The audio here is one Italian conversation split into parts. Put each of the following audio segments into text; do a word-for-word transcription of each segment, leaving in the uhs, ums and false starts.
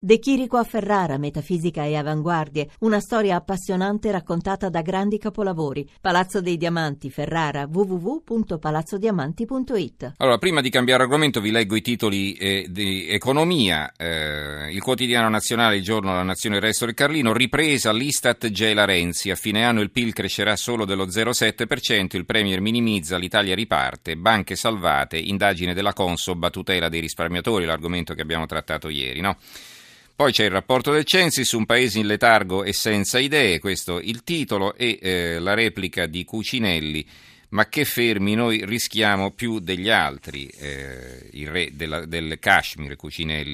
De Chirico a Ferrara, metafisica e avanguardie, una storia appassionante raccontata da grandi capolavori. Palazzo dei Diamanti, Ferrara, w w w punto palazzo diamanti punto i t. Allora, prima di cambiare argomento vi leggo i titoli eh, di economia. Eh, il Quotidiano Nazionale, il Giorno, La Nazione, il Resto del Carlino. Ripresa, l'Istat gela Renzi. A fine anno il P I L crescerà solo dello zero virgola sette per cento, il Premier minimizza, l'Italia riparte, banche salvate, indagine della Consob a tutela dei risparmiatori, l'argomento che abbiamo trattato ieri, no? Poi c'è il rapporto del Censis, un paese in letargo e senza idee, questo il titolo, e eh, la replica di Cucinelli, ma che fermi, noi rischiamo più degli altri, eh, il re della, del Kashmir, Cucinelli.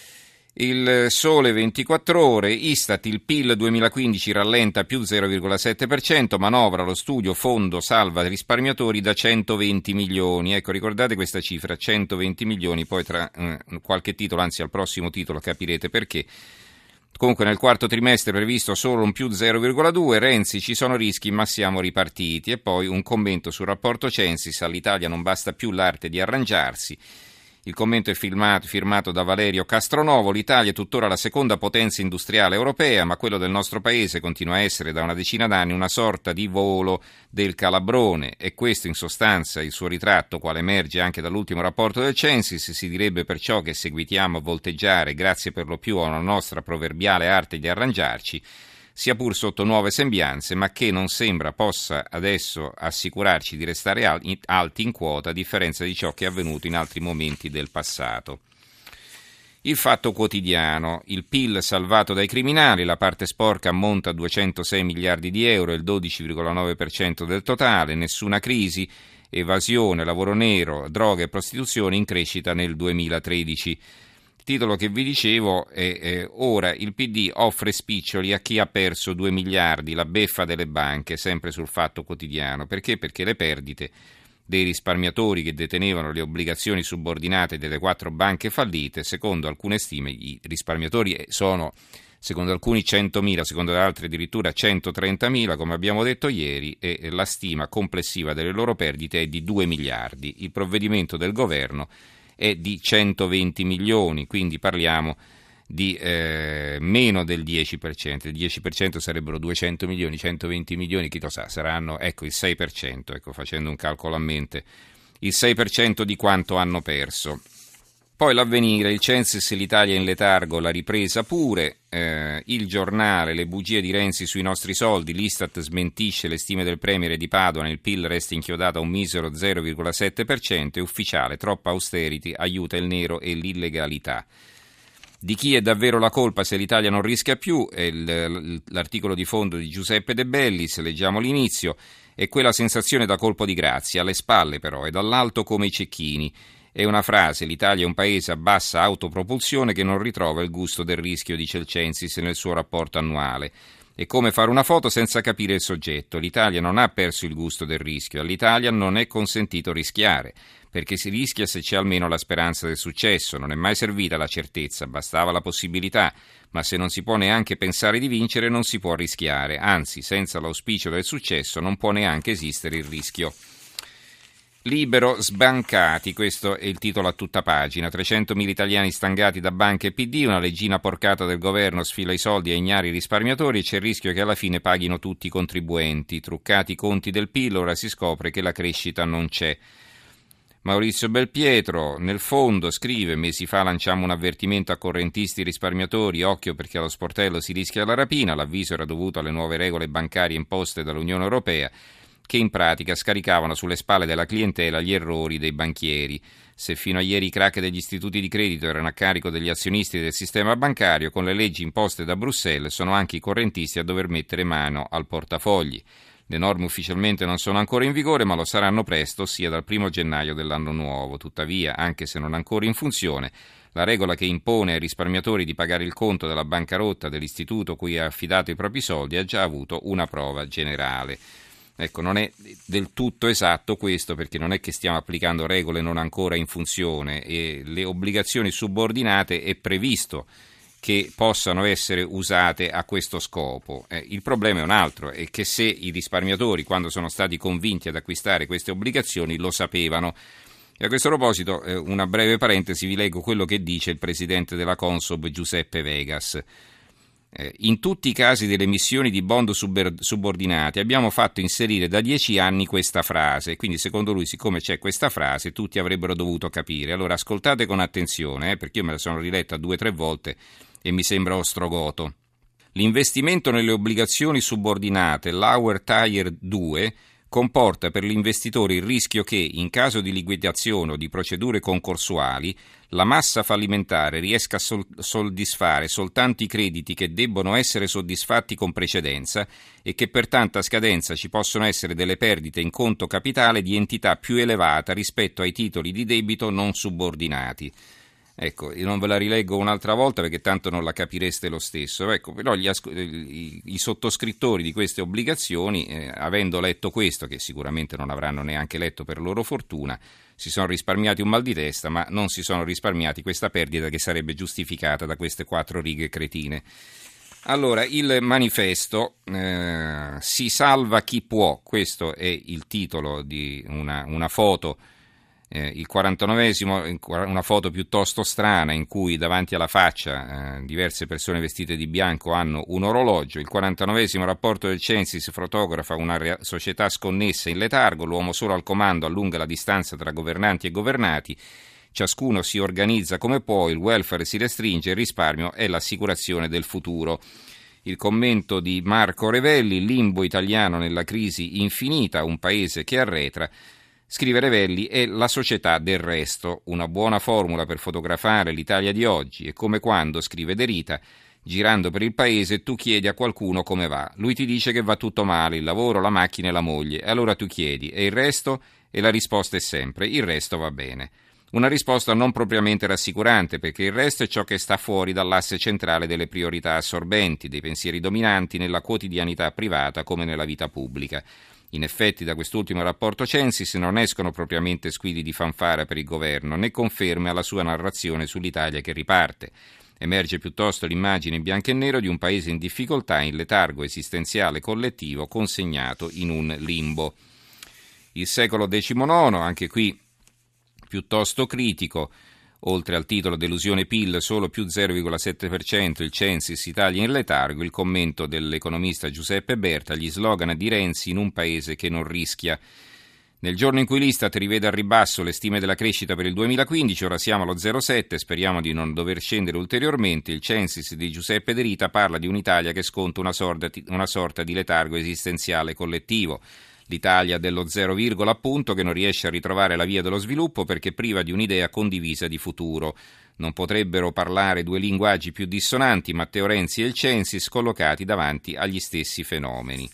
Il Sole ventiquattro Ore, Istat, il P I L duemilaquindici rallenta più zero virgola sette per cento, manovra lo studio fondo salva risparmiatori da centoventi milioni. Ecco, ricordate questa cifra, centoventi milioni, poi tra eh, qualche titolo, anzi al prossimo titolo capirete perché. Comunque nel quarto trimestre previsto solo un più zero virgola due, Renzi ci sono rischi ma siamo ripartiti. E poi un commento sul rapporto Censis, all'Italia non basta più l'arte di arrangiarsi. Il commento è firmato, firmato da Valerio Castronovo. L'Italia è tuttora la seconda potenza industriale europea, ma quello del nostro paese continua a essere da una decina d'anni una sorta di volo del calabrone. E questo in sostanza il suo ritratto, quale emerge anche dall'ultimo rapporto del Censis. Si direbbe perciò che seguitiamo a volteggiare grazie per lo più a una nostra proverbiale arte di arrangiarci, sia pur sotto nuove sembianze, ma che non sembra possa adesso assicurarci di restare alti in quota, a differenza di ciò che è avvenuto in altri momenti del passato. Il Fatto Quotidiano, il P I L salvato dai criminali, la parte sporca ammonta a duecentosei miliardi di euro, il dodici virgola nove per cento del totale, nessuna crisi, evasione, lavoro nero, droga e prostituzione in crescita nel duemilatredici. Titolo che vi dicevo è, è ora il P D offre spiccioli a chi ha perso due miliardi, la beffa delle banche, sempre sul Fatto Quotidiano. Perché? Perché le perdite dei risparmiatori che detenevano le obbligazioni subordinate delle quattro banche fallite, secondo alcune stime i risparmiatori sono, secondo alcuni centomila, secondo altri addirittura centotrentamila, come abbiamo detto ieri, e la stima complessiva delle loro perdite è di due miliardi. Il provvedimento del governo è di centoventi milioni, quindi parliamo di eh, meno del dieci per cento. Il dieci per cento sarebbero duecento milioni, centoventi milioni, chi lo sa, saranno ecco il sei per cento, ecco, facendo un calcolo a mente, il sei per cento di quanto hanno perso. Poi l'Avvenire, il Censis, l'Italia in letargo, la ripresa pure, eh, il Giornale, le bugie di Renzi sui nostri soldi, l'Istat smentisce le stime del Premier di Padoan, il P I L resta inchiodato a un misero zero virgola sette per cento, è ufficiale, troppa austerity, aiuta il nero e l'illegalità. Di chi è davvero la colpa se l'Italia non rischia più? È il, l'articolo di fondo di Giuseppe De Bellis, leggiamo l'inizio, è quella sensazione da colpo di grazia, alle spalle però, e dall'alto come i cecchini. È una frase, l'Italia è un paese a bassa autopropulsione che non ritrova il gusto del rischio, dice il Censis nel suo rapporto annuale. È come fare una foto senza capire il soggetto. L'Italia non ha perso il gusto del rischio, all'Italia non è consentito rischiare, perché si rischia se c'è almeno la speranza del successo, non è mai servita la certezza, bastava la possibilità, ma se non si può neanche pensare di vincere non si può rischiare, anzi senza l'auspicio del successo non può neanche esistere il rischio. Libero, sbancati, questo è il titolo a tutta pagina, trecentomila italiani stangati da banche e P D, una leggina porcata del governo sfila i soldi ai ignari risparmiatori e c'è il rischio che alla fine paghino tutti i contribuenti, truccati i conti del P I L, ora si scopre che la crescita non c'è. Maurizio Belpietro, nel fondo, scrive, mesi fa lanciamo un avvertimento a correntisti e risparmiatori, occhio perché allo sportello si rischia la rapina, l'avviso era dovuto alle nuove regole bancarie imposte dall'Unione Europea, che in pratica scaricavano sulle spalle della clientela gli errori dei banchieri. Se fino a ieri i crack degli istituti di credito erano a carico degli azionisti del sistema bancario, con le leggi imposte da Bruxelles sono anche i correntisti a dover mettere mano al portafogli. Le norme ufficialmente non sono ancora in vigore, ma lo saranno presto, ossia dal primo gennaio dell'anno nuovo. Tuttavia, anche se non ancora in funzione, la regola che impone ai risparmiatori di pagare il conto della bancarotta dell'istituto cui ha affidato i propri soldi ha già avuto una prova generale. Ecco, non è del tutto esatto questo, perché non è che stiamo applicando regole non ancora in funzione e le obbligazioni subordinate è previsto che possano essere usate a questo scopo. Eh, il problema è un altro, è che se i risparmiatori, quando sono stati convinti ad acquistare queste obbligazioni, lo sapevano, E a questo proposito, eh, una breve parentesi, vi leggo quello che dice il presidente della Consob Giuseppe Vegas. Eh, in tutti i casi delle emissioni di bond sub- subordinati abbiamo fatto inserire da dieci anni questa frase, quindi secondo lui, siccome c'è questa frase, tutti avrebbero dovuto capire. Allora ascoltate con attenzione, eh, perché io me la sono riletta due o tre volte e mi sembra ostrogoto. L'investimento nelle obbligazioni subordinate Lauer Tire due comporta per l'investitore il rischio che, in caso di liquidazione o di procedure concorsuali, la massa fallimentare riesca a sol- soddisfare soltanto i crediti che debbono essere soddisfatti con precedenza e che pertanto a scadenza ci possono essere delle perdite in conto capitale di entità più elevata rispetto ai titoli di debito non subordinati. Ecco, io non ve la rileggo un'altra volta perché tanto non la capireste lo stesso. Ecco, però gli asco- i, i sottoscrittori di queste obbligazioni, eh, avendo letto questo, che sicuramente non avranno neanche letto per loro fortuna, si sono risparmiati un mal di testa, ma non si sono risparmiati questa perdita che sarebbe giustificata da queste quattro righe cretine. Allora, il manifesto, eh, si salva chi può, questo è il titolo di una, una foto. Eh, il quarantanovesimo, una foto piuttosto strana in cui davanti alla faccia eh, diverse persone vestite di bianco hanno un orologio. Il quarantanovesimo rapporto del Censis fotografa una rea- società sconnessa in letargo, l'uomo solo al comando allunga la distanza tra governanti e governati, ciascuno si organizza come può, il welfare si restringe, il risparmio è l'assicurazione del futuro. Il commento di Marco Revelli, limbo italiano nella crisi infinita, un paese che arretra. Scrive Revelli, è la società del resto, una buona formula per fotografare l'Italia di oggi. È come quando, scrive De Rita, girando per il paese tu chiedi a qualcuno come va. Lui ti dice che va tutto male, il lavoro, la macchina e la moglie. E allora tu chiedi, e il resto? E la risposta è sempre, il resto va bene. Una risposta non propriamente rassicurante, perché il resto è ciò che sta fuori dall'asse centrale delle priorità assorbenti, dei pensieri dominanti nella quotidianità privata come nella vita pubblica. In effetti da quest'ultimo rapporto Censis non escono propriamente squilli di fanfara per il governo, né conferme alla sua narrazione sull'Italia che riparte. Emerge piuttosto l'immagine in bianco e nero di un paese in difficoltà, in letargo esistenziale collettivo, consegnato in un limbo. Il secolo diciannove, anche qui piuttosto critico. Oltre al titolo delusione P I L solo più zero virgola sette per cento, il Censis Italia in letargo, il commento dell'economista Giuseppe Berta, gli slogan di Renzi in un paese che non rischia. Nel giorno in cui l'Istat rivede al ribasso le stime della crescita per il duemilaquindici, ora siamo allo zero virgola sette, speriamo di non dover scendere ulteriormente, il Censis di Giuseppe De Rita parla di un'Italia che sconta una sorta, una sorta di letargo esistenziale collettivo. L'Italia dello zero, appunto, che non riesce a ritrovare la via dello sviluppo perché priva di un'idea condivisa di futuro. Non potrebbero parlare due linguaggi più dissonanti, Matteo Renzi e il Censis, collocati davanti agli stessi fenomeni.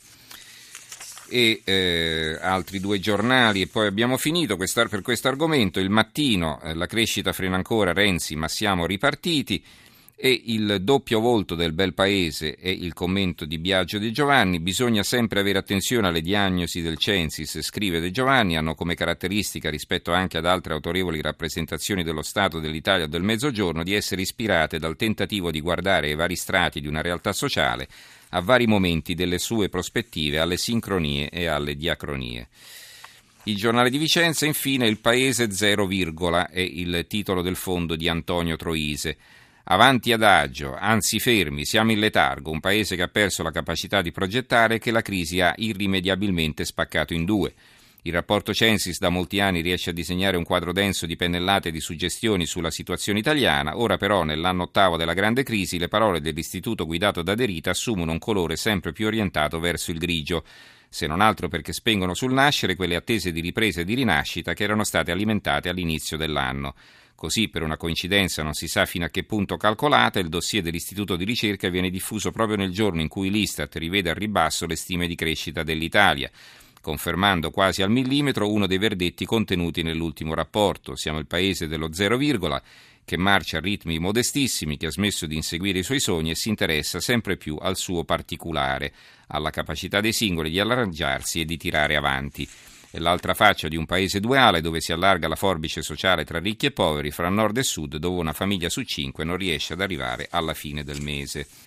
E eh, altri due giornali e poi abbiamo finito questa, per questo argomento. Il Mattino, eh, la crescita frena ancora Renzi, ma siamo ripartiti. E il doppio volto del bel paese e il commento di Biagio De Giovanni. Bisogna sempre avere attenzione alle diagnosi del Censis, scrive De Giovanni, hanno come caratteristica rispetto anche ad altre autorevoli rappresentazioni dello Stato, dell'Italia o del Mezzogiorno di essere ispirate dal tentativo di guardare ai vari strati di una realtà sociale, a vari momenti delle sue prospettive, alle sincronie e alle diacronie. Il giornale di Vicenza, infine, Il Paese zero, è il titolo del fondo di Antonio Troise. Avanti adagio, anzi fermi, siamo in letargo, un paese che ha perso la capacità di progettare e che la crisi ha irrimediabilmente spaccato in due. Il rapporto Censis da molti anni riesce a disegnare un quadro denso di pennellate e di suggestioni sulla situazione italiana, ora però nell'anno ottavo della grande crisi le parole dell'istituto guidato da De Rita assumono un colore sempre più orientato verso il grigio, se non altro perché spengono sul nascere quelle attese di ripresa e di rinascita che erano state alimentate all'inizio dell'anno. Così, per una coincidenza non si sa fino a che punto calcolata, il dossier dell'Istituto di Ricerca viene diffuso proprio nel giorno in cui l'Istat rivede al ribasso le stime di crescita dell'Italia, confermando quasi al millimetro uno dei verdetti contenuti nell'ultimo rapporto. Siamo il paese dello zero virgola, che marcia a ritmi modestissimi, che ha smesso di inseguire i suoi sogni e si interessa sempre più al suo particolare, alla capacità dei singoli di allargarsi e di tirare avanti. È l'altra faccia di un paese duale dove si allarga la forbice sociale tra ricchi e poveri, fra nord e sud, dove una famiglia su cinque non riesce ad arrivare alla fine del mese.